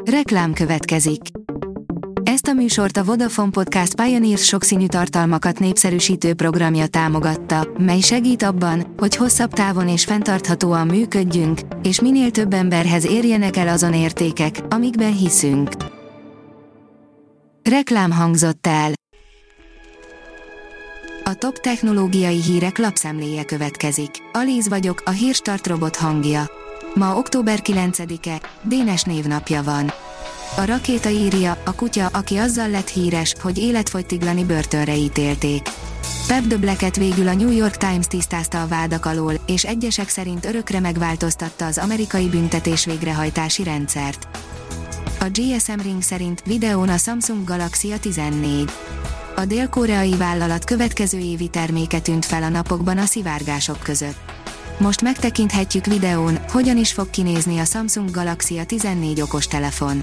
Reklám következik. Ezt a műsort a Vodafone Podcast Pioneers sokszínű tartalmakat népszerűsítő programja támogatta, mely segít abban, hogy hosszabb távon és fenntarthatóan működjünk, és minél több emberhez érjenek el azon értékek, amikben hiszünk. Reklám hangzott el. A top technológiai hírek lapszemléje következik. Alíz vagyok, a Hírstart robot hangja. Ma október 9-e, Dénes névnapja van. A rakéta írja, a kutya, aki azzal lett híres, hogy életfogytiglani börtönre ítélték. Pep the Blacket végül a New York Times tisztázta a vádak alól, és egyesek szerint örökre megváltoztatta az amerikai büntetés végrehajtási rendszert. A GSM Ring szerint videón a Samsung Galaxy A14. A dél-koreai vállalat következő évi terméke tűnt fel a napokban a szivárgások között. Most megtekinthetjük videón, hogyan is fog kinézni a Samsung Galaxy A14 okostelefon.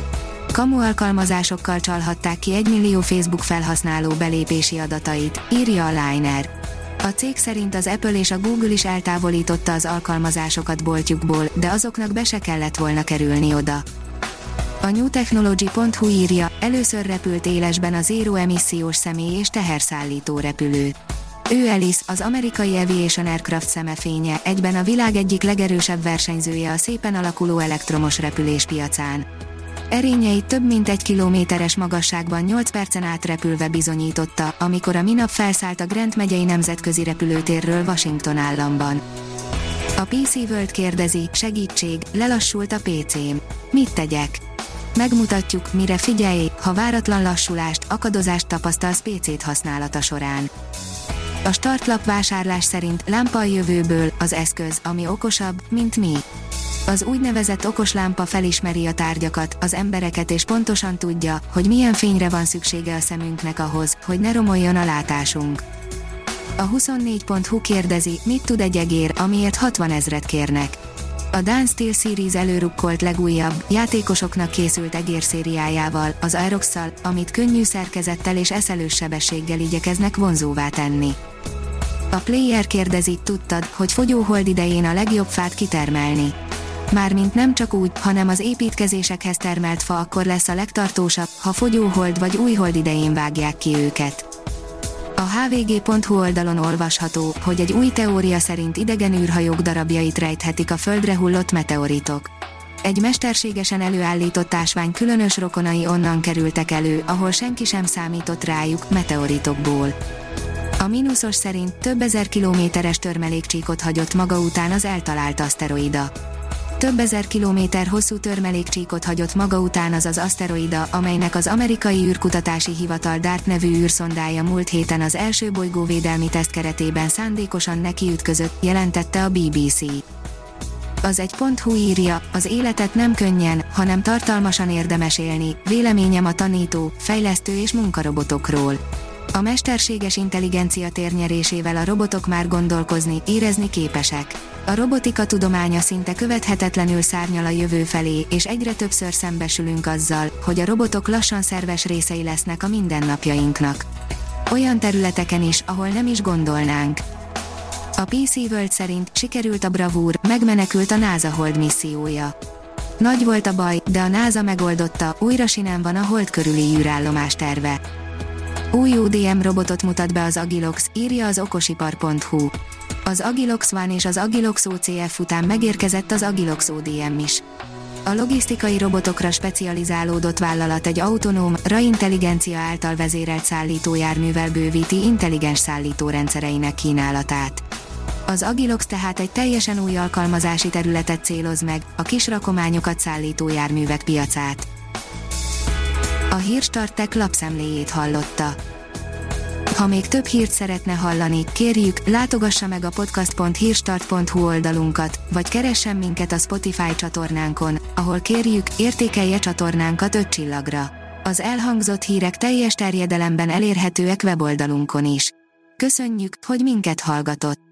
Kamu alkalmazásokkal csalhatták ki 1 millió Facebook felhasználó belépési adatait, írja a Liner. A cég szerint az Apple és a Google is eltávolította az alkalmazásokat boltjukból, de azoknak be se kellett volna kerülni oda. A newtechnology.hu írja, először repült élesben a zéro-emissziós személy- és teherszállító repülő. Ő Alice, az amerikai Aviation Aircraft szemefénye, egyben a világ egyik legerősebb versenyzője a szépen alakuló elektromos repülés piacán. Erényeit több mint 1 kilométeres magasságban 8 percen át repülve bizonyította, amikor a minap felszállt a Grant megyei nemzetközi repülőtérről Washington államban. A PC World kérdezi, segítség, lelassult a PC-m. Mit tegyek? Megmutatjuk, mire figyelj, ha váratlan lassulást, akadozást tapasztalsz PC-t használata során. A startlap vásárlás szerint lámpa a jövőből, az eszköz, ami okosabb, mint mi. Az úgynevezett okos lámpa felismeri a tárgyakat, az embereket és pontosan tudja, hogy milyen fényre van szüksége a szemünknek ahhoz, hogy ne romoljon a látásunk. A 24.hu kérdezi, mit tud egy egér, amiért 60 000 kérnek. A Dán SteelSeries előrukkolt legújabb, játékosoknak készült egérszériájával, az Aerox-szal, amit könnyű szerkezettel és eszelős sebességgel igyekeznek vonzóvá tenni. A Player kérdezi, tudtad, hogy fogyóhold idején a legjobb fát kitermelni? Mármint nem csak úgy, hanem az építkezésekhez termelt fa akkor lesz a legtartósabb, ha fogyóhold vagy újhold idején vágják ki őket. A hvg.hu oldalon olvasható, hogy egy új teória szerint idegen űrhajók darabjait rejthetik a földre hullott meteoritok. Egy mesterségesen előállított ásvány különös rokonai onnan kerültek elő, ahol senki sem számított rájuk, meteoritokból. A mínuszos szerint több ezer kilométeres törmelékcsíkot hagyott maga után az eltalált aszteroida. Több ezer kilométer hosszú törmelékcsíkot hagyott maga után az aszteroida, amelynek az amerikai űrkutatási hivatal DART nevű űrszondája múlt héten az első bolygóvédelmi teszt keretében szándékosan nekiütközött, jelentette a BBC. Az egy.hu írja, az életet nem könnyen, hanem tartalmasan érdemes élni, véleményem a tanító, fejlesztő és munkarobotokról. A mesterséges intelligencia térnyerésével a robotok már gondolkozni, érezni képesek. A robotika tudománya szinte követhetetlenül szárnyal a jövő felé, és egyre többször szembesülünk azzal, hogy a robotok lassan szerves részei lesznek a mindennapjainknak. Olyan területeken is, ahol nem is gondolnánk. A PC World szerint sikerült a bravúr, megmenekült a NASA Hold missziója. Nagy volt a baj, de a NASA megoldotta, újra sinen van a Hold körüli űrállomás terve. Új ODM robotot mutat be az Agilox, írja az okosipar.hu. Az Agilox One és az Agilox OCF után megérkezett az Agilox ODM is. A logisztikai robotokra specializálódott vállalat egy autonóm, RA intelligencia által vezérelt szállítójárművel bővíti intelligens szállítórendszereinek kínálatát. Az Agilox tehát egy teljesen új alkalmazási területet céloz meg, a kis rakományokat szállító járművek piacát. A Hírstart Tech lapszemléjét hallotta. Ha még több hírt szeretne hallani, kérjük, látogassa meg a podcast.hírstart.hu oldalunkat, vagy keressen minket a Spotify csatornánkon, ahol kérjük, értékelje csatornánkat 5 csillagra. Az elhangzott hírek teljes terjedelemben elérhetőek weboldalunkon is. Köszönjük, hogy minket hallgatott!